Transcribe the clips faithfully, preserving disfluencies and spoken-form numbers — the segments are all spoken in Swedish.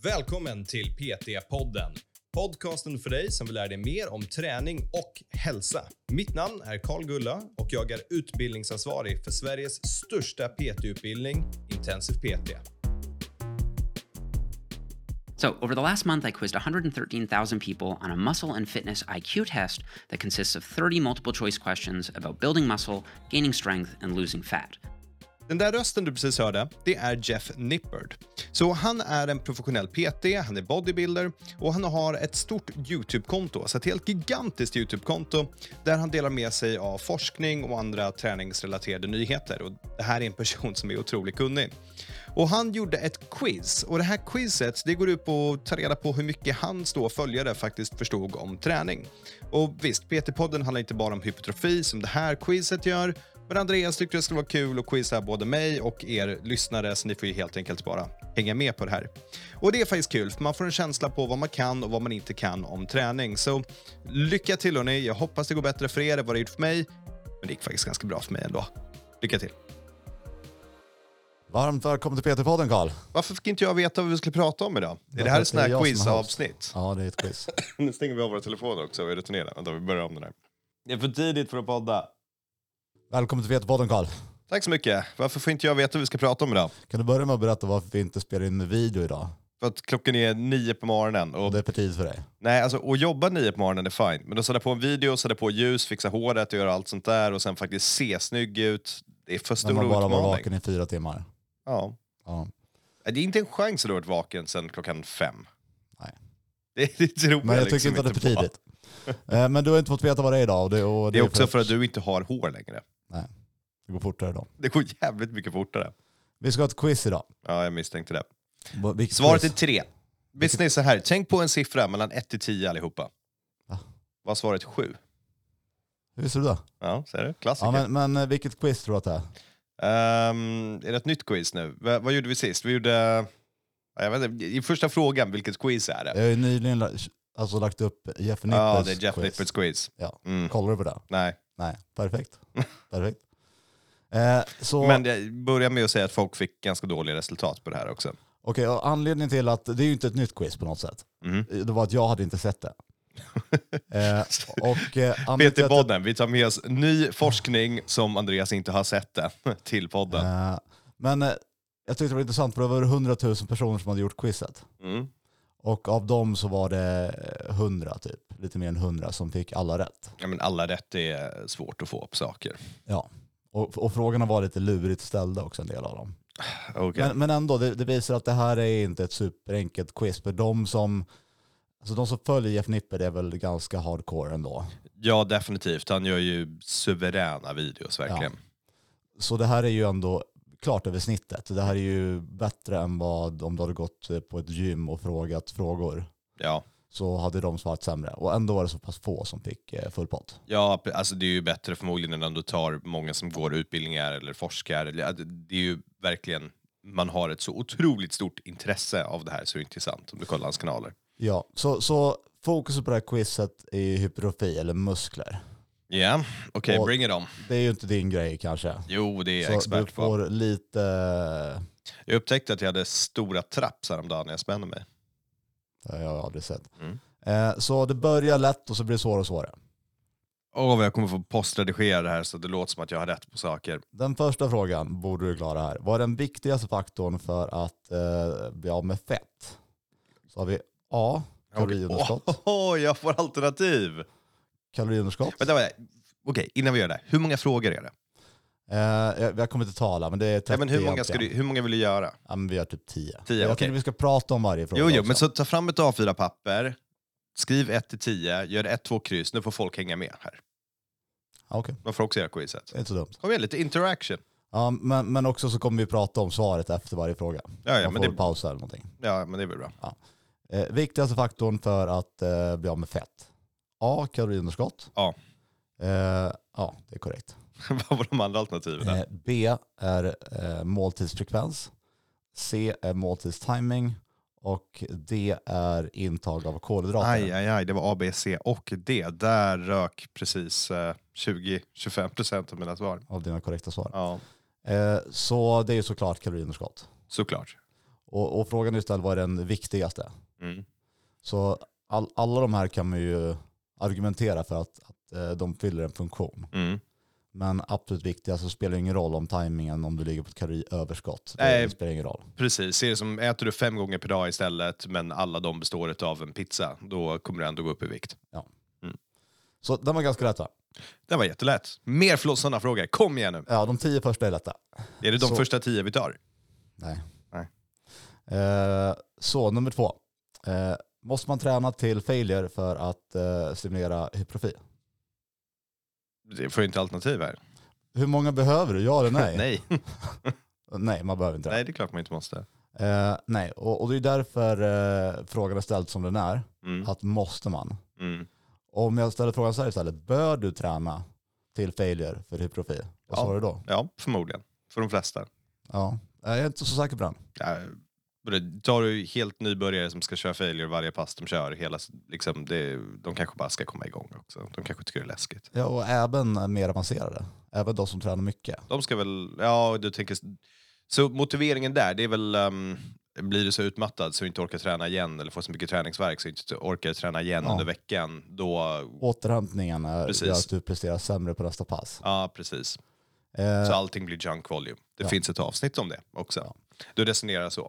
Välkommen till P T-podden. Podcasten för dig som vill lära dig mer om träning och hälsa. Mitt namn är Carl Gulla och jag är utbildningsansvarig för Sveriges största P T-utbildning, Intensiv P T. So, over the last month, I quizzed one hundred thirteen thousand people on a muscle and fitness I Q test that consists of thirty multiple choice questions about building muscle, gaining strength, and losing fat. Den där rösten du precis hörde, det är Jeff Nippard. Så han är en professionell P T, han är bodybuilder och han har ett stort YouTube-konto, så ett helt gigantiskt YouTube-konto där han delar med sig av forskning och andra träningsrelaterade nyheter. Och det här är en person som är otroligt kunnig. Och han gjorde ett quiz, och det här quizet det går ut på att ta reda på hur mycket hans då följare faktiskt förstod om träning. Och visst, P T-podden handlar inte bara om hypertrofi som det här quizet gör, men Andreas tyckte det skulle vara kul att quizza både mig och er lyssnare, så ni får ju helt enkelt bara hänga med på det här. Och det är faktiskt kul, för man får en känsla på vad man kan och vad man inte kan om träning. Så lycka till hörni, jag hoppas det går bättre för er än vad det gjort för mig, men det gick faktiskt ganska bra för mig ändå. Lycka till! Varmt välkommen till P T-podden, Carl. Varför fick inte jag veta vad vi skulle prata om idag? Är det här ett sån här quiz-avsnitt? Ja, det är ett quiz. Nu stänger vi av våra telefoner också och är returnerade. Vänta, vi börjar om den här. Det är för tidigt för att podda. Välkommen till P T-podden, Carl. Tack så mycket. Varför får inte jag veta vad vi ska prata om idag? Kan du börja med att berätta varför vi inte spelar in video idag? För att klockan är nio på morgonen. Och det är för tid för dig. Nej, alltså att jobba nio på morgonen är fint. Men då sätta på en video, sätta på ljus, fixa håret och göra allt sånt där. Och sen faktiskt se snygg ut. Det är för stor utmaning. Man bara var vaken i fyra timmar. Ja. ja. Det är inte en chans att du har varit vaken sedan klockan fem. Nej. Det, det tror jag Men jag liksom tycker inte att det är för på. tidigt. Men du har inte fått veta vad det är idag. Och det, och det, det är också för... för att du inte har hår längre. Nej, det går fortare då. Det går jävligt mycket fortare. Vi ska ha ett quiz idag. Ja, jag misstänkte det. Vilket Svaret quiz? är tre. Visst är så här, tänk på en siffra mellan ett till tio allihopa. Va? Vad svaret sju? Hur visste du det? Ja, ser du? Klassiker. Ja, men, men vilket quiz tror du att det är? Um, är det ett nytt quiz nu? V- vad gjorde vi sist? Vi gjorde... Jag vet inte, i första frågan, vilket quiz är det? Jag har ju nyligen alltså, lagt upp Jeff Nippards Ja, det är Jeff quiz. Nippards quiz. Ja, Mm. kollar du på det? Nej. Nej, perfekt. Perfekt. Eh, så... Men jag börjar med att säga att folk fick ganska dåliga resultat på det här också. Okej, och anledningen till att det är ju inte ett nytt quiz på något sätt. Mm. Det var att jag hade inte sett det. eh, och, eh, P T-podden, vi tar med oss ny forskning som Andreas inte har sett den till podden. Eh, men eh, jag tyckte det var intressant för det var hundratusen personer som hade gjort quizet. Mm. Och av dem så var det hundra typ, lite mer än hundra som fick alla rätt. Ja, men alla rätt är svårt att få på saker. Ja, och, och frågorna var lite lurigt ställda också, en del av dem. Okay. Men, men ändå, det, det visar att det här är inte ett superenkelt quiz. För de som, alltså de som följer Jeff Nippard är väl ganska hardcore ändå. Ja, definitivt. Han gör ju suveräna videos, verkligen. Ja. Så det här är ju ändå klart över snittet. Det här är ju bättre än vad om du hade gått på ett gym och frågat frågor. Ja. Så hade de svarat sämre. Och ändå var det så pass få som fick full pott. Ja, alltså det är ju bättre förmodligen än om du tar många som går utbildningar eller forskar. Det är ju verkligen, man har ett så otroligt stort intresse av det här, så är det intressant om du kollar hans kanaler. Ja, så, så fokus på det här quizet är hypertrofi eller muskler. Ja, yeah. okej, okay, bring it on. Det är ju inte din grej kanske. Jo, det är jag så expert du får på. lite... Jag upptäckte att jag hade stora traps häromdagen när jag spände mig. Det har jag aldrig sett. Mm. Eh, så det börjar lätt och så blir det svårare och svårare. Åh, vad jag kommer få postredigera det här så det låter som att jag har rätt på saker. Den första frågan borde du klara här. Vad är den viktigaste faktorn för att eh, bli av med fett? Så har vi A, kaloriunderskott. Åh, oh, oh, jag får alternativ. Kaloriunderskott. Vänta, vänta. Okej, innan vi gör det. Hur många frågor är det? Eh, jag, jag kommer inte tala, men det är trettio. Ja, men hur, många ska du, hur många vill du göra? Ja, men vi gör typ tio. tio jag okay. tycker vi ska prata om varje fråga. Jo, jo, också. men så ta fram ett A fyra papper. Skriv ett till tio. Gör ett, två kryss. Nu får folk hänga med här. Ja, okay. Man får också göra quizet. Det är inte så dumt. Kom igen, lite interaction. Ja, men, men också så kommer vi prata om svaret efter varje fråga. Ja, ja, Man men får det... pausa eller någonting. Ja, men det är väl bra. Ja. Eh, viktigaste faktorn för att eh, bli av med fett. A, kaloriunderskott. Ja. Eh, ja, det är korrekt. Vad var de andra alternativen? Eh, B är eh, måltidsfrekvens. C är måltidstiming. Och D är intag av kolhydrater. Aj, aj, aj. Det var A, B, C och D. Där rök precis eh, tjugo till tjugofem procent av mina svar. Av dina korrekta svar. Ja. Eh, så det är ju såklart kaloriunderskott. Såklart. Och, och frågan är istället vad är den viktigaste. Mm. Så all, alla de här kan man ju argumentera för att, att eh, de fyller en funktion. Mm. Men absolut viktigast så spelar det ingen roll om tajmingen om du ligger på ett kaloriöverskott. Det, Nej, det spelar ingen roll. Precis, ser det som äter du fem gånger per dag istället men alla de består av en pizza, då kommer du ändå gå upp i vikt. Ja. Mm. Så den var ganska lätt, va? Det var jättelätt. Mer för sådana frågor. Kom igen nu. Ja, de tio första är lätta. Är det de så... första tio vi tar? Nej. Nej. Eh, så, nummer två. Eh, måste man träna till failure för att eh, stimulera hypertrofi? Det får inte alternativ här. Hur många behöver du? Ja eller nej? Nej. Nej, man behöver inte det. Nej, det är klart man inte måste. Eh, nej, och, och det är därför eh, frågan är ställd som den är. Mm. Att måste man? Mm. Om jag ställer frågan så här istället, bör du träna till failure för hypertrofi? Vad Ja. svarar du då? Ja, förmodligen. För de flesta. Ja, jag är inte så säker på den. Ja, tar du helt nybörjare som ska köra failure varje pass de kör, hela, liksom, det, de kanske bara ska komma igång också. De kanske tycker det är läskigt. Ja, och även mer avancerade. Även de som tränar mycket. De ska väl, ja du tänker, så motiveringen där, det är väl, um, blir du så utmattad så du inte orkar träna igen eller får så mycket träningsverk så du inte orkar träna igen Ja. under veckan, då... Återhämtningen är Precis. gör att du presterar sämre på nästa pass. Ja, precis. Eh, Så allting blir junk volume. Det ja. finns ett avsnitt om det också. Ja. Du resonerar så.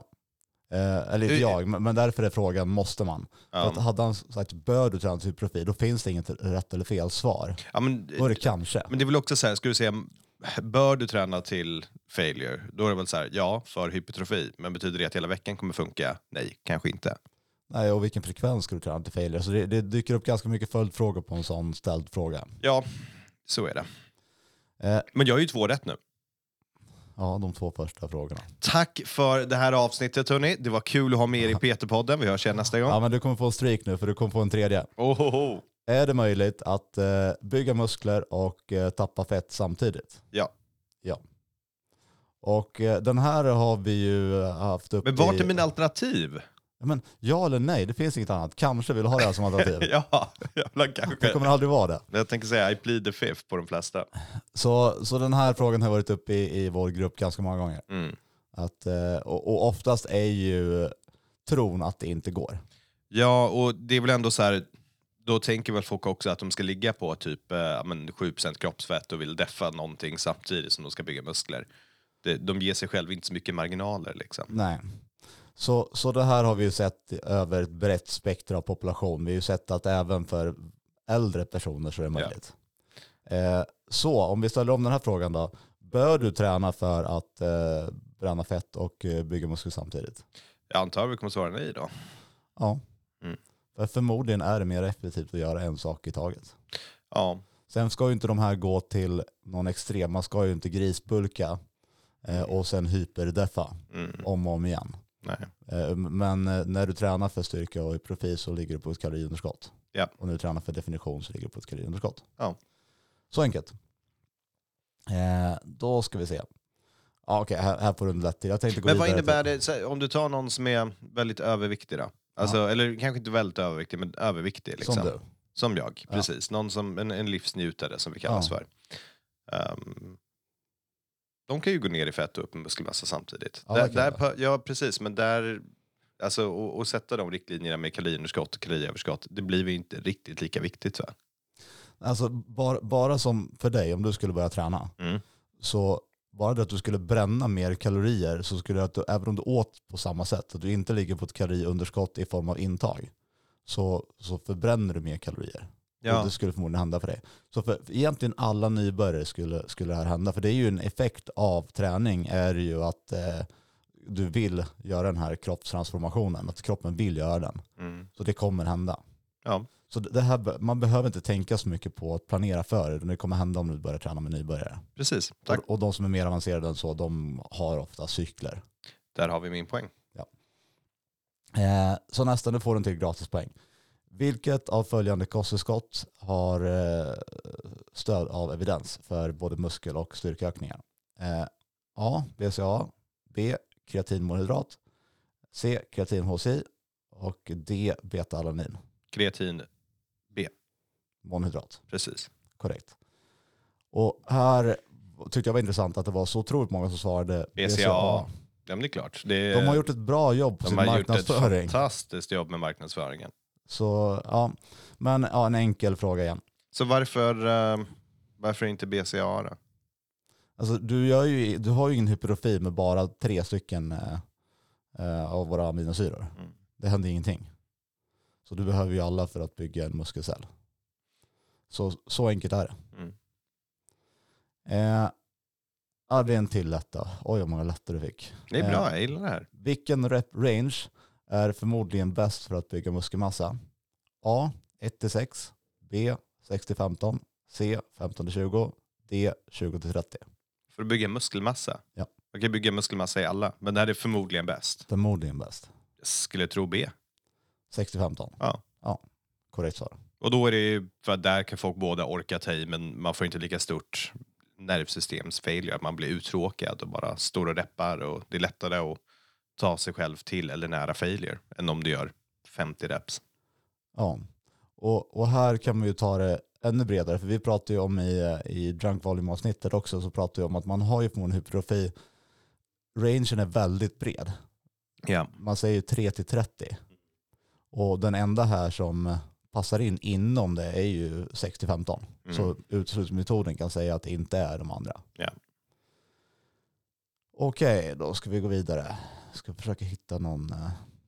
Eh, eller inte jag, men, men därför är frågan, måste man? Ja. För att hade han sagt, bör du träna till hypertrofi, då finns det inget rätt eller fel svar. Ja, men, Då är det kanske. men det är väl också så här, ska du säga, bör du träna till failure? Då är det väl så här, ja, för hypertrofi. Men betyder det att hela veckan kommer funka? Nej, kanske inte. Nej, och vilken frekvens ska du träna till failure? Så det, det dyker upp ganska mycket följdfrågor på en sån ställd fråga. Ja, så är det. Eh, Men jag är ju två rätt nu. ja, de två första frågorna. Tack för det här avsnittet, hörni. Det var kul att ha med er i Peter-podden. Vi hörs igen nästa gång. Ja, men du kommer få en streak nu, för du kommer få en tredje. Ohoho. Är det möjligt att eh, bygga muskler och eh, tappa fett samtidigt? Ja. Ja. Och eh, den här har vi ju haft upp Men vart i... är mina alternativ? Men ja eller nej, det finns inget annat. Kanske vill du ha det här som alternativ. Ja, jävla Det kanske. kommer aldrig vara det. Jag tänker säga I plead the fifth på de flesta. Så, så den här frågan har varit uppe i, i vår grupp ganska många gånger. Mm. Att, eh, och, och oftast är ju tron att det inte går. Ja, och det är väl ändå så här, då tänker väl folk också att de ska ligga på typ eh, men sju procent kroppsfett och vill deffa någonting samtidigt som de ska bygga muskler. Det, de ger sig själv inte så mycket marginaler liksom. Nej. Så, så det här har vi ju sett över ett brett spektra av population. Vi har ju sett att även för äldre personer så är det möjligt. Ja. Eh, så om vi ställer om den här frågan då. Bör du träna för att eh, bränna fett och eh, bygga muskler samtidigt? Jag antar att vi kommer svara nej då. Ja. Mm. För förmodligen är det mer effektivt att göra en sak i taget. Ja. Sen ska ju inte de här gå till någon extrem. Man ska ju inte grisbulka eh, och sen hyperdeffa Mm. om och om igen. Nej. Eh, men eh, när du tränar för styrka och i profil så ligger du på ett kaloriunderskott. Ja. Och när du tränar för definition så ligger du på ett kaloriunderskott. Ja. Så enkelt. Eh, då ska vi se. Ja, okej, här, här får du en lätt till. Jag tänkte gå Men vad vidare innebär till- det, så, om du tar någon som är väldigt överviktig då? Alltså, Ja. eller kanske inte väldigt överviktig, men överviktig liksom. Som du. Som jag, Ja. precis. Någon som, en, en livsnjutare som vi kallas Ja. för. Um, de kan ju gå ner i fett och upp med muskelmassa samtidigt. Ja, där, det kan där, det. på- ja, precis. Men där, alltså, och, och sätta de riktlinjerna med kaloriunderskott och kaloriöverskott, det blir ju inte riktigt lika viktigt. Va? Alltså bara, bara som för dig, om du skulle börja träna, Mm. så bara det att du skulle bränna mer kalorier, så skulle det att du, även om du åt på samma sätt, att du inte ligger på ett kaloriunderskott i form av intag, så, så förbränner du mer kalorier. Ja. Och det skulle förmodligen hända för dig. Så för, för egentligen alla nybörjare skulle, skulle det här hända. För det är ju en effekt av träning, är ju att eh, du vill göra den här kroppstransformationen. Att kroppen vill göra den. Mm. Så det kommer hända. Ja. Så det här, be- man behöver inte tänka så mycket på att planera för det. Det kommer hända om du börjar träna med nybörjare. Precis, tack. Och, och de som är mer avancerade än så, de har ofta cykler. Där har vi min poäng. Eh, så nästa, nu får du en till gratispoäng. Vilket av följande kosttillskott har eh, stöd av evidens för både muskel- och styrkeökningar? Eh, A. B C A. B. Kreatinmonhydrat. C. Kreatin-H C I. Och D. Beta-alanin. Kreatin B, Monhydrat. precis. Korrekt. Och här tyckte jag var intressant att det var så otroligt många som svarade B C A A. Ja, men det är klart. Det är, De har gjort ett bra jobb på de sin har gjort ett marknadsföring. fantastiskt jobb med marknadsföringen. Så ja, men ja, en enkel fråga igen. Så varför, uh, varför inte B C A då? Alltså, du, gör ju, du har ju ingen hypertrofi med bara tre stycken eh, eh, av våra aminosyror. Mm. Det händer ingenting. Så du behöver ju alla för att bygga en muskelcell. Så, så enkelt är det. Mm. Eh, ja, det är en till lätta. Oj, vad många lätta du fick. Det är bra, Eh, jag gillar det här. vilken rep range är förmodligen bäst för att bygga muskelmassa? A. ett till sex. B. sex till femton. C. femton till tjugo. D. tjugo till trettio. För att bygga muskelmassa? Ja. Man kan bygga muskelmassa i alla, men det här är förmodligen bäst. Förmodligen bäst. Jag skulle tro B. sex till femton. Ja. Ja, korrekt svar. Och då är det ju, för att där kan folk båda orka ta i, men man får inte lika stort nervsystemsfailure, att man blir uttråkad och bara står och reppar, och det är lättare att ta sig själv till eller nära failure än om du gör femtio reps. Ja, och, och här kan man ju ta det ännu bredare, för vi pratar ju om i, i drunk volume-avsnittet också, så pratar vi om att man har ju förmodligen hypertrofi. Rangen är väldigt bred. Ja. Man säger tre till trettio. Och den enda här som passar in inom det är ju sex till femton. Mm. Så utslutningsmetoden kan säga att det inte är de andra. Ja. Okej, då ska vi gå vidare. Ska försöka hitta någon... eh,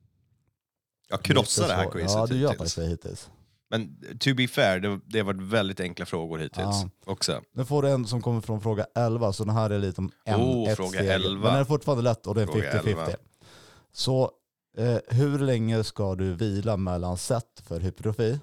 Jag krossar det här så- quizet Ja, du gör hittills. faktiskt det hittills. Men to be fair, det, det har varit väldigt enkla frågor hittills Ja. också. Nu får du en som kommer från fråga elva, så den här är lite om en, Oh, ett fråga steg. elva. Men den är fortfarande lätt och det är Fråga femtio femtio. elva. Så eh, hur länge ska du vila mellan set för hypertrofi?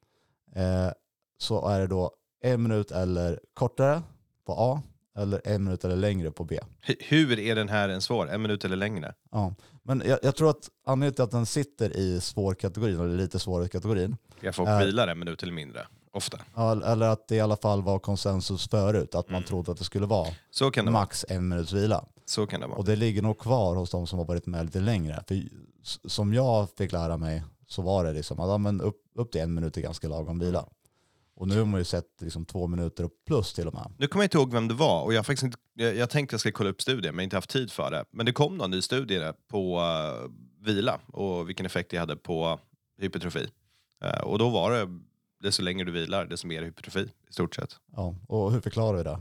Eh, så är det då en minut eller kortare på A, eller en minut eller längre på B. H- hur är den här en svår? En minut eller längre? Ja. Men jag, jag tror att anledningen till att den sitter i svårkategorin, eller lite svårare kategorin, Jag folk Äh. vilar en minut eller mindre, ofta. ja, eller att det i alla fall var konsensus förut, att man Mm. trodde att det skulle vara Så kan det vara. max en minuts vila. Så kan det vara. Och det ligger nog kvar hos de som har varit med lite längre. För s- som jag fick lära mig så var det liksom att ja, men upp, upp till en minut är ganska lagom vila. Och nu har man ju sett liksom två minuter och plus till och med. Nu kommer jag inte ihåg vem det var, och jag, har faktiskt inte, jag, jag tänkte jag ska kolla upp studien, men jag har inte haft tid för det. Men det kom någon ny studie på uh, vila och vilken effekt det hade på hypertrofi. Uh, och då var det, desto längre du vilar, desto mer hypertrofi i stort sett. Ja. Och hur förklarar vi det?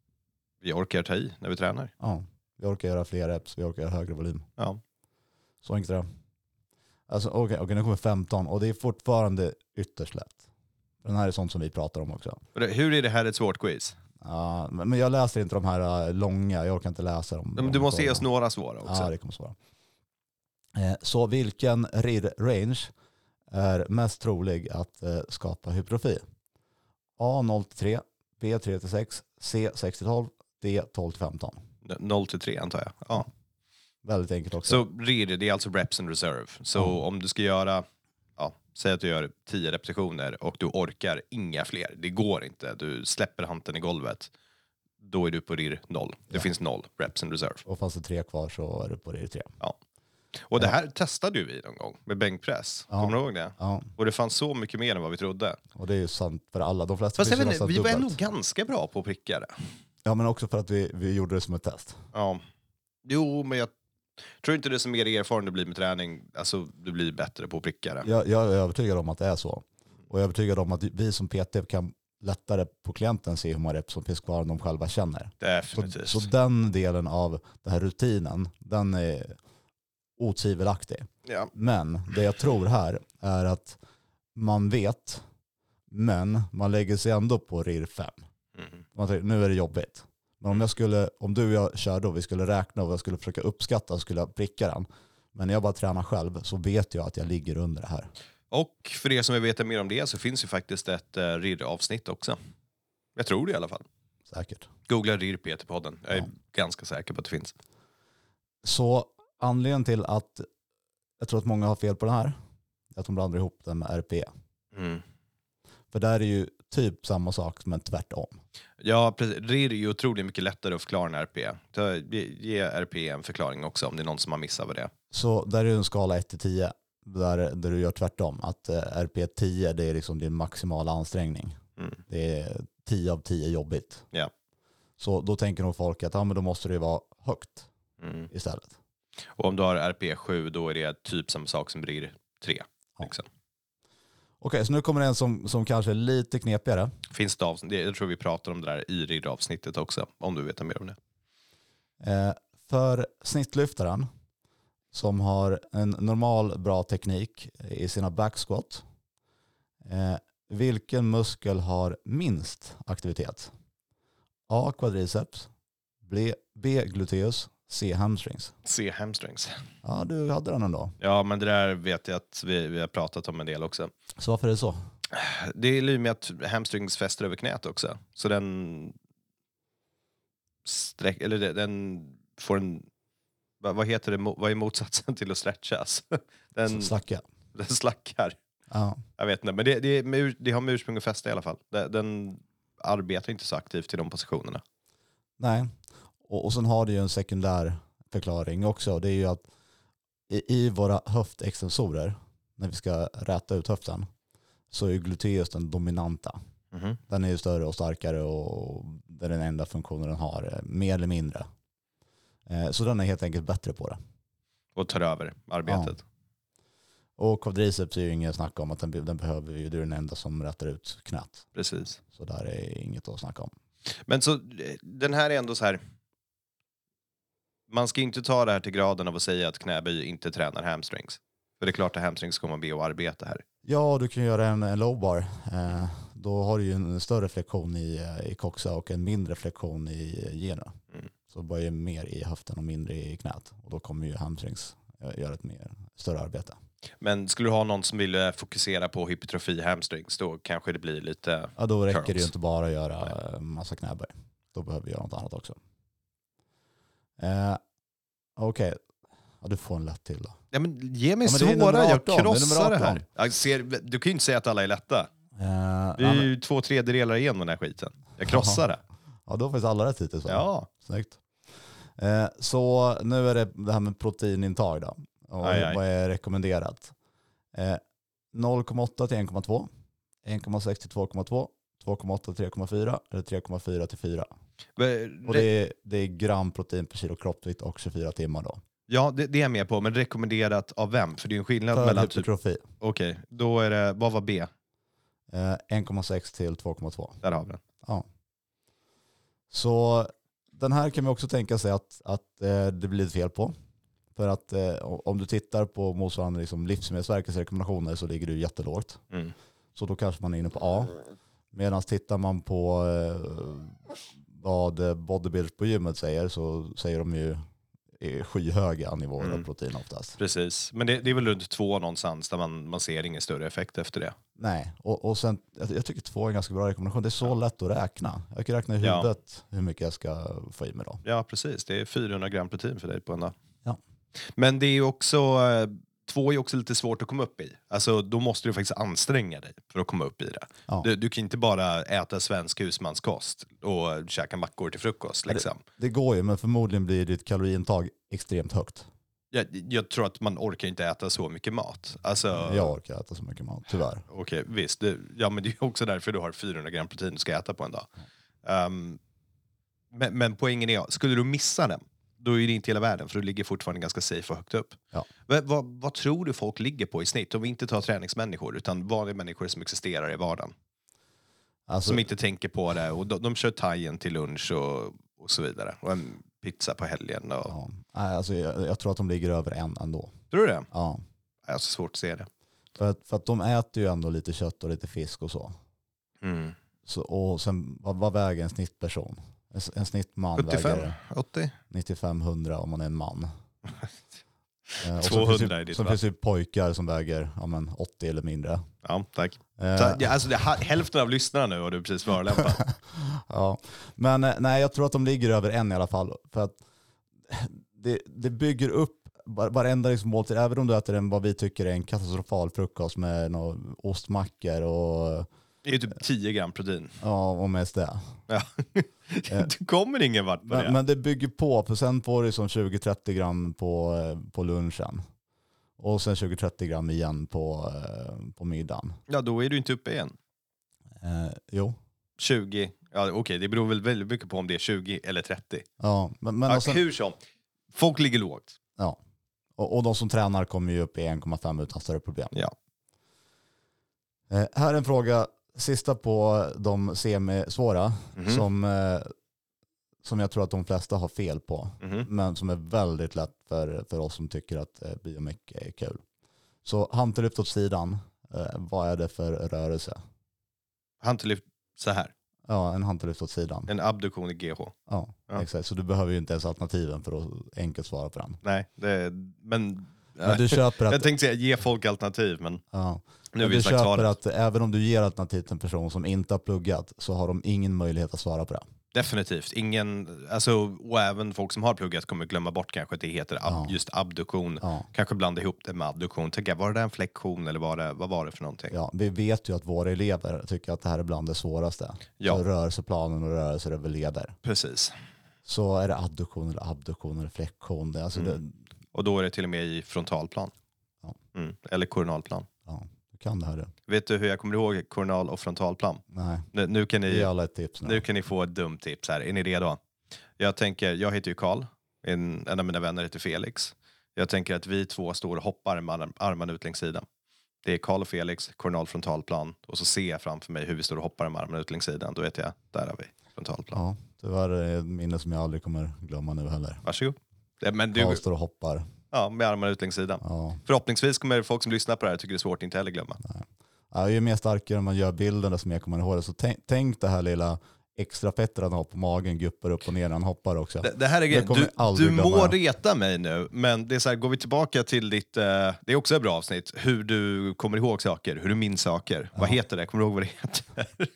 Vi orkar ta i när vi tränar. Ja. Vi orkar göra fler reps, vi orkar göra högre volym. Ja. Så enkelt är det. Alltså, okej, okej, nu kommer femton och det är fortfarande ytterst lätt. Den här är sånt som vi pratar om också. Hur är det här ett svårt quiz? Ja, men men jag läser inte de här äh, långa, jag orkar inte läsa dem. Men du måste ge oss några svåra också. Ja, det kommer svara. Eh, Så vilken R I R-range är mest trolig att eh, skapa hypertrofi? A noll till tre, B tre till sex, C sex till tolv, D tolv till femton. noll till tre antar jag. Ja. Väldigt enkelt också. Så R I R, det är alltså reps and reserve. Så Ja. om du ska göra, ja, säg att du gör tio repetitioner och du orkar inga fler. Det går inte. Du släpper handen i golvet. Då är du på R I R noll. Det Ja. finns noll reps and reserve. Och fanns det tre kvar så är du på R I R tre. Och det Ja. här testade ju vi någon gång med bänkpress. Ja. Kommer du ihåg det? Ja, Och det fanns så mycket mer än vad vi trodde. och det är ju sant för alla. De flesta Fast jag finns vet ju inte, nästan vi var dubbelt. nog ganska bra på att pricka det. Ja, men också för att vi, vi gjorde det som ett test. Ja. Jo, men jag tror inte det som mer erfaren du blir med träning, alltså du blir bättre på att pricka det. Jag, jag är övertygad om att det är så. Och jag är övertygad om att vi som P T kan lättare på klienten se hur många reps som finns kvar än de själva känner. Så, Definitivt. så den delen av den här rutinen, den är otvivelaktig. Ja. Men det jag tror här är att man vet, men man lägger sig ändå på R I R fem. Mm. Man tänker, nu är det jobbigt. Men om jag skulle, om du och jag körde och vi skulle räkna och jag skulle försöka uppskatta så skulle jag pricka den. Men när jag bara tränar själv så vet jag att jag ligger under det här. Och för er som vill veta mer om det så finns ju faktiskt ett uh, R I R-avsnitt också. Jag tror det i alla fall. Säkert. Googla R I R P T-podden. Jag är Ja. ganska säker på att det finns. Så anledningen till att jag tror att många har fel på det här är att de blandar ihop den med R P E. Mm. För där är ju typ samma sak men tvärtom. Ja, precis. R I R är ju otroligt mycket lättare att förklara än R P. Ta- Ge, ge R P en förklaring också om det är någon som har missat vad det är. Så där är det en skala ett till tio där, där du gör tvärtom. Att eh, R P tio det är liksom din maximala ansträngning. Mm. Det är tio av tio jobbigt. Ja. Så då tänker nog folk att ja, men då måste det ju vara högt Mm. istället. Och om du har R P sju då är det typ samma sak som R I R tre. Ja. Liksom. Okej, så nu kommer en som, som kanske är lite knepigare. Finns det avsnitt, jag tror vi pratar om det där i R I R-avsnittet också, om du vet mer om det. Eh, för snittlyftaren som har en normal bra teknik i sina backsquat, eh, vilken muskel har minst aktivitet? A. Quadriceps, B. B gluteus, C. Hamstrings. C. Hamstrings. Ja, du hade den ändå. Ja, men det där vet jag att vi, vi har pratat om en del också. Så varför är det så? Det är ju med att hamstrings fäster över knät också. Så den sträck, eller den får en, vad, vad heter det, vad är motsatsen till att stretchas? Den Slacka. Den slackar. Ja. Jag vet inte, men det, det, det, det har med ursprung och fäste i alla fall. Den, den arbetar inte så aktivt i de positionerna. Nej, och, och sen har det ju en sekundär förklaring också. Det är ju att i, i våra höftextensorer, när vi ska räta ut höften, så är ju gluteus den dominanta. Mm-hmm. Den är ju större och starkare och det är den enda funktionen den har, mer eller mindre. Eh, så den är helt enkelt bättre på det. Och tar över arbetet. Ja. Och quadriceps är ju ingen snack om att den, den behöver ju, det är den enda som rätar ut knät. Precis. Så där är inget att snacka om. Men så den här är ändå så här, man ska inte ta det här till graden av att säga att knäböj inte tränar hamstrings. För det är klart att hamstrings kommer be att arbeta här. Ja, du kan göra en, en low bar. Eh, då har du ju en större flexion i, i coxa och en mindre flexion i gena. Mm. Så bara ju mer i höften och mindre i knät. Och då kommer ju hamstrings göra ett mer, större arbete. Men skulle du ha någon som vill fokusera på hypertrofi hamstrings, då kanske det blir lite... Ja, då räcker curls. det ju inte bara att göra Nej. massa knäböj. Då behöver vi göra något annat också. Eh, Okej, okay. Ja, du får en lätt till då. Ja, men ge mig ja, men svåra, jag arton, krossar det det här. Jag ser, du kan ju inte säga att alla är lätta. Eh, det är ja, ju men... två tredjedelar igen den här skiten. Jag krossar det. Ja, då finns alla rätt hittills. Ja. Snyggt. Eh, så nu är det det här med proteinintag då. Och aj, aj. vad är rekommenderat? Eh, noll komma åtta till en komma två, en komma sex till två komma två, två komma åtta till tre komma fyra eller tre komma fyra till fyra. Men, och det är, det är gram protein per kilo kroppsvikt och tjugofyra timmar då. Ja, det, det är jag med på, men rekommenderat av vem? För det är en skillnad För mellan... hypertrofi. Typ... Okej, okay. Då är det, vad var B? Eh, en komma sex till två komma två. Där har vi den. Ja. Så den här kan vi också tänka sig att, att eh, det blir lite fel på. För att eh, om du tittar på motsvarande liksom, Livsmedelsverkets rekommendationer så ligger du jättelågt. Mm. Så då kanske man är inne på A. Medan tittar man på eh, vad bodybuilders på gymmet säger så säger de ju skyhöga nivåer mm. av protein oftast. Precis, men det, det är väl runt två någonstans där man, man ser ingen större effekt efter det. Nej, och, och sen, jag, jag tycker två är en ganska bra rekommendation. Det är så ja. lätt att räkna. Jag kan räkna i huvudet ja. hur mycket jag ska få i mig då. Ja, precis. Det är fyrahundra gram protein för dig på en dag. Ja. Men det är ju också, två är också lite svårt att komma upp i. Alltså då måste du faktiskt anstränga dig för att komma upp i det. Ja. Du, du kan inte bara äta svensk husmanskost och käka mackor till frukost. Liksom. Det, det går ju, men förmodligen blir ditt kaloriintag extremt högt. Jag, jag tror att man orkar inte äta så mycket mat. Alltså, jag orkar äta så mycket mat, tyvärr. Okej, okay, visst. Det, ja, men det är också därför du har fyrahundra gram protein du ska äta på en dag. Um, men, men poängen är, skulle du missa den, då är det inte hela världen, för du ligger fortfarande ganska safe och högt upp. Ja. Vad, vad, vad tror du folk ligger på i snitt? Om vi inte tar träningsmänniskor, utan vanliga människor som existerar i vardagen. Alltså, som inte tänker på det. Och de, de kör thaien till lunch och, och så vidare. Och en pizza på helgen. Och... Ja. Alltså, jag, jag tror att de ligger över en ändå. Tror du det? Ja. Jag har så svårt att se det. För att, för att de äter ju ändå lite kött och lite fisk och så. Mm. så och sen, vad, vad väger en snittperson? En, en snittman sjuttiofem, väger åttio nittiofem hundra om man är en man. eh, tvåhundra ju, är ditt, så va? finns det ju pojkar som väger ja, men åttio eller mindre. Ja, tack. Eh, Så, ja, alltså, det, hälften av lyssnarna nu har du precis förolämpat. ja, men eh, nej, jag tror att de ligger över en i alla fall. För att det, det bygger upp varenda liksom måltid, även om du äter en vad vi tycker är en katastrofal frukost med några ostmackor och det är ju typ tio gram protein. ja, och mest det. Ja. Du kommer ingen vart på men, det. Men det bygger på, för sen får du som tjugo till trettio gram på, på lunchen. Och sen tjugo till trettio gram igen på, på middagen. Ja, då är du inte uppe igen. Eh, jo. tjugo, ja okej, okay, det beror väl väldigt mycket på om det är tjugo eller trettio. Ja, men, men ja, och sen, hur som, folk ligger lågt. Ja. Och, och de som tränar kommer ju upp i en komma fem utan större problem. Ja. Eh, här är en fråga, sista på de semisvåra, Mhm. som, eh, som jag tror att de flesta har fel på. Mhm. Men som är väldigt lätt för, för oss som tycker att eh, biomech är kul. Så handlyft åt sidan, eh, vad är det för rörelse? Handlyft så här. Ja, en handlyft åt sidan. En abduktion i G H. Ja, Ja. exakt. Så du behöver ju inte ens alternativen för att enkelt svara på den. Nej, det, men... Men du köper att, jag tänkte säga ge folk alternativ, men ja, nu har men vi du sagt köper svaret. att även om du ger alternativ till en person som inte har pluggat så har de ingen möjlighet att svara på det. Definitivt. Ingen, alltså, och även folk som har pluggat kommer glömma bort kanske att det heter ab, Ja. just abduktion. Ja. Kanske blanda ihop det med abduktion. Tänka, var det en flexion eller var det, vad var det för någonting? Ja, vi vet ju att våra elever tycker att det här är bland det svåraste. Ja. Så rörelseplanen och rörelser över leder. Precis. Så är det adduktion eller abduktion eller flexion. Det, alltså Mm. det, Och då är det till och med i frontalplan. Ja. Mm. Eller koronalplan. ja, du kan det här. Du. Vet du hur jag kommer ihåg koronal och frontalplan? Nej, Nu, nu, kan ge ni, alla ett tips nu. nu kan ni få ett dumt tips här. Är ni redo? Jag tänker, jag heter ju Karl. En, en av mina vänner heter Felix. Jag tänker att vi två står och hoppar med armarna ut längs sidan. Det är Karl och Felix, koronal frontalplan. Och så ser jag framför mig hur vi står och hoppar med armarna ut längs sidan. Då vet jag, där har vi frontalplan. Ja, tyvärr är det ett minne som jag aldrig kommer glömma nu heller. Varsågod. Det, men du, Jag står och hoppar. ja, med armarna ut längs sidan. Ja. Förhoppningsvis kommer folk som lyssnar på det här tycker det är svårt inte heller glömma. Ja, ju mer starkare man gör bilden desto mer kommer man ihåg det. Så tänk, tänk det här lilla extra fetter han har på magen, guppar upp och ner när han hoppar också. Det, det här är Det grejen. kommer jag Du, aldrig du glömma. må reta mig nu, men det är så här, går vi tillbaka till ditt, eh, det är också ett bra avsnitt, hur du kommer ihåg saker, hur du minns saker. Vad heter det? Kommer du ihåg vad det heter?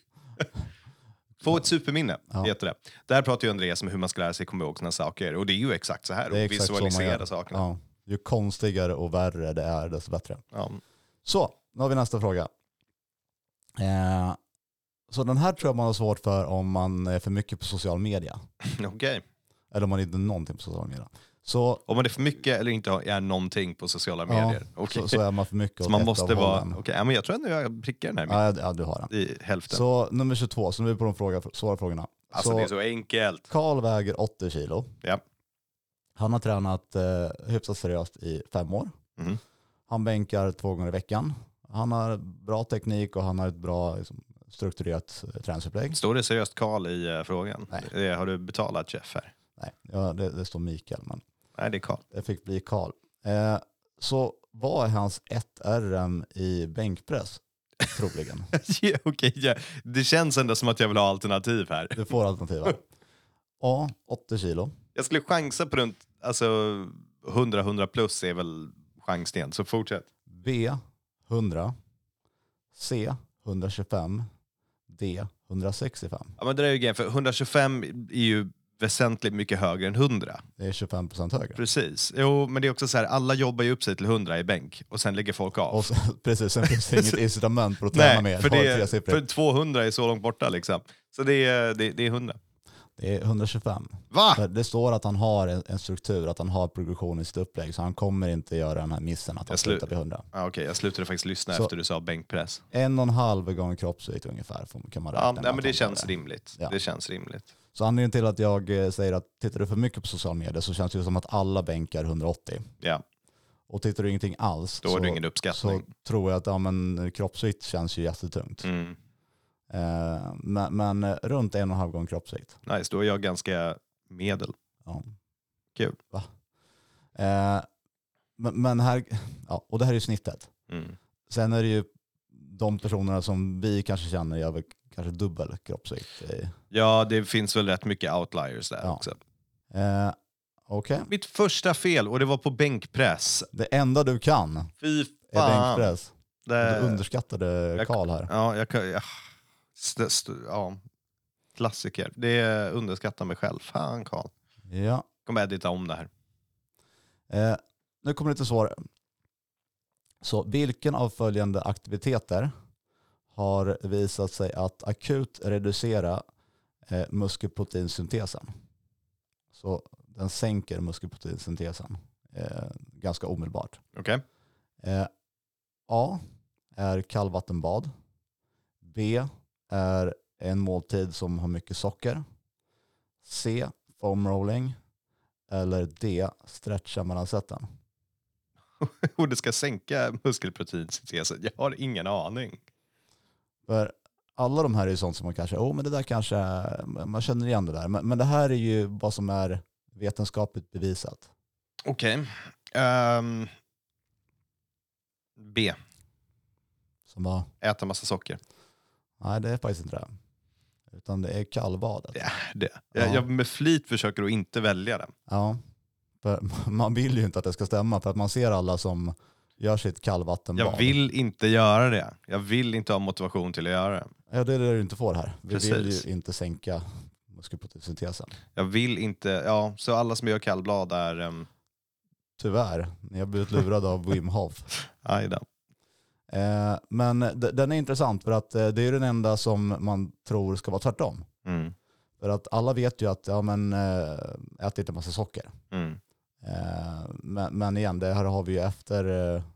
Få ett superminne, Ja. heter det. Där pratar ju Andreas om hur man ska lära sig komma ihåg sina saker. Och det är ju exakt så här, Det är och exakt så man visualisera gör. sakerna. Ja. Ju konstigare och värre det är, desto bättre. Ja. Så, nu har vi nästa fråga. Eh, så den här tror jag man har svårt för om man är för mycket på social media. Okej. Eller om man inte är någonting på social media. Så, Om man är för mycket eller inte har- är någonting på sociala medier. ja, Okej. så, så är man för mycket Så åt man ett måste av vara... hållen. Okej, ja, men jag tror ändå jag prickar den här Ja, ja, du har den. i hälften. Så nummer tjugotvå, så nu är vi på de fråga, svåra frågorna. alltså så, det är så enkelt. Karl väger åttio kilo. Ja. Han har tränat eh, hyfsat seriöst i fem år. Mhm. Han bänkar två gånger i veckan. Han har bra teknik och han har ett bra liksom, strukturerat eh, träningsupplägg. Står det seriöst Karl i uh, frågan? Nej. Det, har du betalat Jeff här? Nej, ja, det, det står Mikael, men Nej, det är Karl. det fick bli Karl. Eh, så vad är hans ett R M i bänkpress? Troligen. ja, okej, ja. Det känns ändå som att jag vill ha alternativ här. Du får alternativa. A, åttio kilo. Jag skulle chansa på runt, alltså hundra hundra plus är väl chansningen, så fortsätt. B, hundra. C, hundratjugofem. D, hundrasextiofem. Ja, men det där är ju grejen, för hundratjugofem är ju väsentligt mycket högre än hundra. Det är tjugofem procent högre. Precis. Jo, men det är också så här, alla jobbar ju upp sig till hundra i bänk och sen lägger folk av. Och så, precis, sen finns det inget incitament för att träna Nej, mer. för, Har det, tresiffrigt. för tvåhundra är så långt borta liksom. Så det är, det, det är hundra. Det är hundratjugofem. Va? För det står att han har en, en struktur, att han har progression i sitt upplägg. Så han kommer inte göra den här missen att han Jag slu- slutar vid hundra. Ja, okej, jag slutade faktiskt lyssna Så- efter du sa bänkpress. En och en halv gång kroppsvikt ungefär får- kan man räkna Ja, med nej, att men det han känns tar rimligt. Ja. Det känns rimligt. Så anledningen till att jag eh, säger att tittar du för mycket på sociala medier så känns det ju som att alla bänkar hundraåttio. Ja, Och tittar du ingenting alls då så, är det ingen uppskattning. så tror jag att ja, men, kroppsvikt känns ju jättetungt. Mm. Eh, men, men eh, runt en och en halv gång kroppsvikt. Nice, då är jag ganska medel. Ja. Kul. Va? Eh, men, men här, ja, och det här är ju snittet. Mm. Sen är det ju de personerna som vi kanske känner gör väl kanske dubbel kroppsvikt. Eh, Ja, det finns väl rätt mycket outliers där Ja. också. eh, Okej. Mitt första fel, och det var på bänkpress. Det enda du kan Fy är fan. bänkpress. Det... Du underskattade jag- Karl här. Ja, jag kan... Ja. St- st- ja. Klassiker. Det är underskatta mig själv. Fan, Karl. Ja. Kommer edita om det här. Eh, nu kommer det lite svårare. Så vilken av följande aktiviteter har visat sig att akut reducera eh, muskelproteinsyntesen? Så den sänker muskelproteinsyntesen eh, ganska omedelbart. Okej? Eh, A är kallvattenbad. B är en måltid som har mycket socker. C, foam rolling. Eller D, stretcha mellan sätten. och det ska sänka muskelproteinsyntesen? Jag har ingen aning. För alla de här är ju sånt som man kanske, oh men det där kanske, man känner igen det där. Men, men det här är ju vad som är vetenskapligt bevisat. Okej. Okay. Um, B. Som var? Äta massa socker. Nej, det är faktiskt inte det. Utan det är kallbadet. Ja, det. Jag, ja. jag med flit försöker att inte välja det. Ja, för man vill ju inte att det ska stämma. För att man ser alla som gör sitt kallvattenbad. Jag vill inte göra det. Jag vill inte ha motivation till att göra det. Ja, det är det du inte får här. Vi Precis. vill ju inte sänka muskelproteinsyntesen. Jag vill inte, ja, så alla som gör kallblad är... Um... Tyvärr, ni har blivit lurade av Wim Hof. Aj då. Eh, men d- den är intressant för att eh, det är den enda som man tror ska vara tvärtom. Mm. För att alla vet ju att ja, men, äh, ät inte massa socker. Mm. Äh, men, men igen, det här har vi ju efter äh,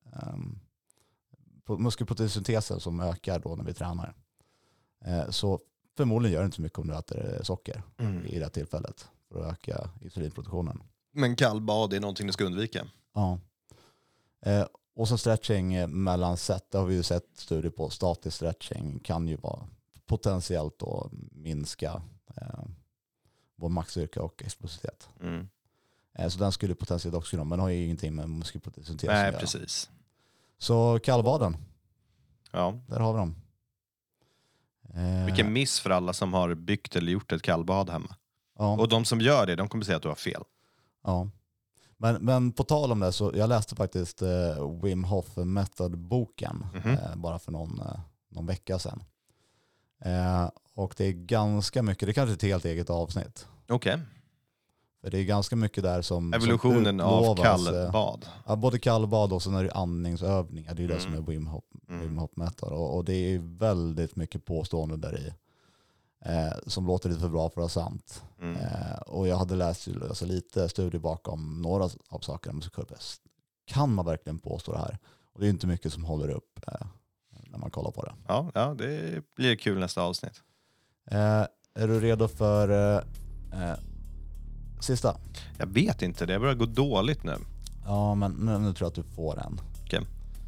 äh, muskelproteinsyntesen som ökar då när vi tränar. Äh, så förmodligen gör det inte så mycket om du äter socker Mm. i det här tillfället för att öka insulinproduktionen. Men kallbad är någonting du ska undvika. Ja. Äh, och så stretching mellan set, det har vi ju sett studier på. Statisk stretching kan ju vara potentiellt då minska eh, vår maxstyrka och explosivitet. Mm. Eh, så den skulle potentiellt också kunna, men har ju ingenting med muskelproteinsyntes att Nej, göra. precis. Så kallbaden, Ja. där har vi dem. Eh, Vilken miss för alla som har byggt eller gjort ett kallbad hemma. ja, Och de som gör det, de kommer säga att du har fel. ja. Men, men på tal om det så jag läste faktiskt eh, Wim Hof Method-boken Mhm. eh, bara för någon, eh, någon vecka sedan. Eh, och det är ganska mycket, det är kanske ett helt eget avsnitt. Okej. För det är ganska mycket där som... Evolutionen som av utlovas, eh, kallbad. Ja, både kallbad och sen är det andningsövningar. Det är ju det Mm. som är Wim Hof, Mm. Wim Hof Method. Och, och det är väldigt mycket påståenden där i. Eh, som låter lite för bra för att vara sant. Mm. Eh, och jag hade läst ju, alltså, lite studier bakom några av sakerna. Men så kan man verkligen påstå det här? Och det är inte mycket som håller upp eh, när man kollar på det. Ja, ja, det blir kul nästa avsnitt. Eh, är du redo för eh, eh, sista? Jag vet inte, det börjar gå dåligt nu. Ja, men nu, nu tror jag att du får en. Okej.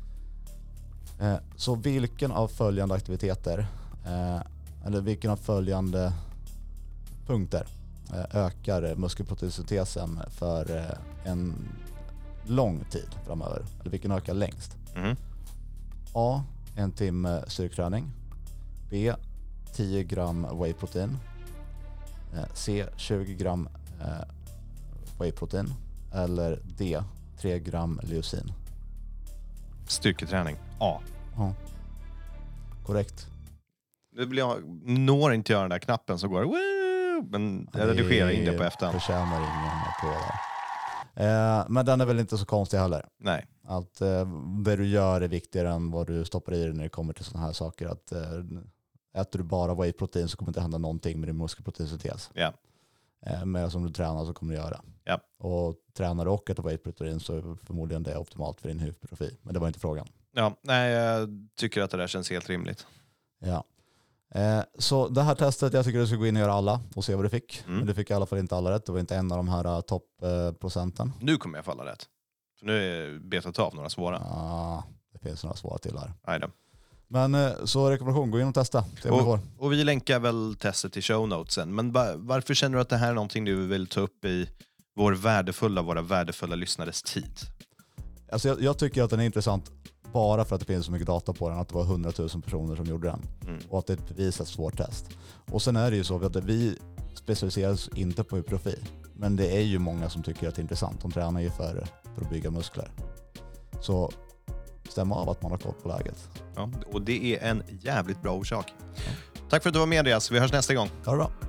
Eh, så vilken av följande aktiviteter, eh, eller vilken av följande punkter eh, ökar muskelproteinsyntesen för eh, en lång tid framöver? Eller vilken ökar längst? Mhm. A. En timme styrketräning. B. tio gram whey-protein. Eh, C. tjugo gram eh, whey-protein. Eller D. tre gram leucin. Styrketräning. Ja. Ja. Korrekt. Det blir jag når inte göra den där knappen så går det. Woo! Men jag redigerar in det på efterhand. Förtjänar ingen applåd där. Eh, men den är väl inte så konstig heller. Nej. Att eh, det du gör är viktigare än vad du stoppar i dig när det kommer till sådana här saker. Att eh, äter du bara whey-protein så kommer det inte hända någonting med din muskelproteinsyntes. Ja. Eh, men som du tränar så kommer du göra. Ja. Och tränar du och äter whey-protein så är förmodligen det optimalt för din hypertrofi. Men det var inte frågan. Ja, nej, jag tycker att det där känns helt rimligt. Ja. Eh, så det här testet, jag tycker du ska gå in och göra alla och se vad du fick. Mm. Men du fick i alla fall inte alla rätt. Det var inte en av de här uh, toppprocenten. Nu kommer jag falla rätt. För nu är jag betat av några svåra. Ah, det finns några svåra till här. Nej då. Men eh, så rekommendation, gå in och testa. Se vad du får. Och vi länkar väl testet i show notesen. Men ba- varför känner du att det här är någonting du vill ta upp i vår värdefulla, våra värdefulla lyssnares tid? Alltså jag, jag tycker att den är intressant bara för att det finns så mycket data på den. Att det var hundratusen personer som gjorde den. Mm. Och att det är ett bevisat svårt test. Och sen är det ju så att vi specialiserar oss inte på hypertrofi. Men det är ju många som tycker att det är intressant. De tränar ju för, för att bygga muskler. Så stämma av att man har koll på läget. Ja, och det är en jävligt bra orsak. Tack för att du var med, Andreas. Vi hörs nästa gång. Ha det bra.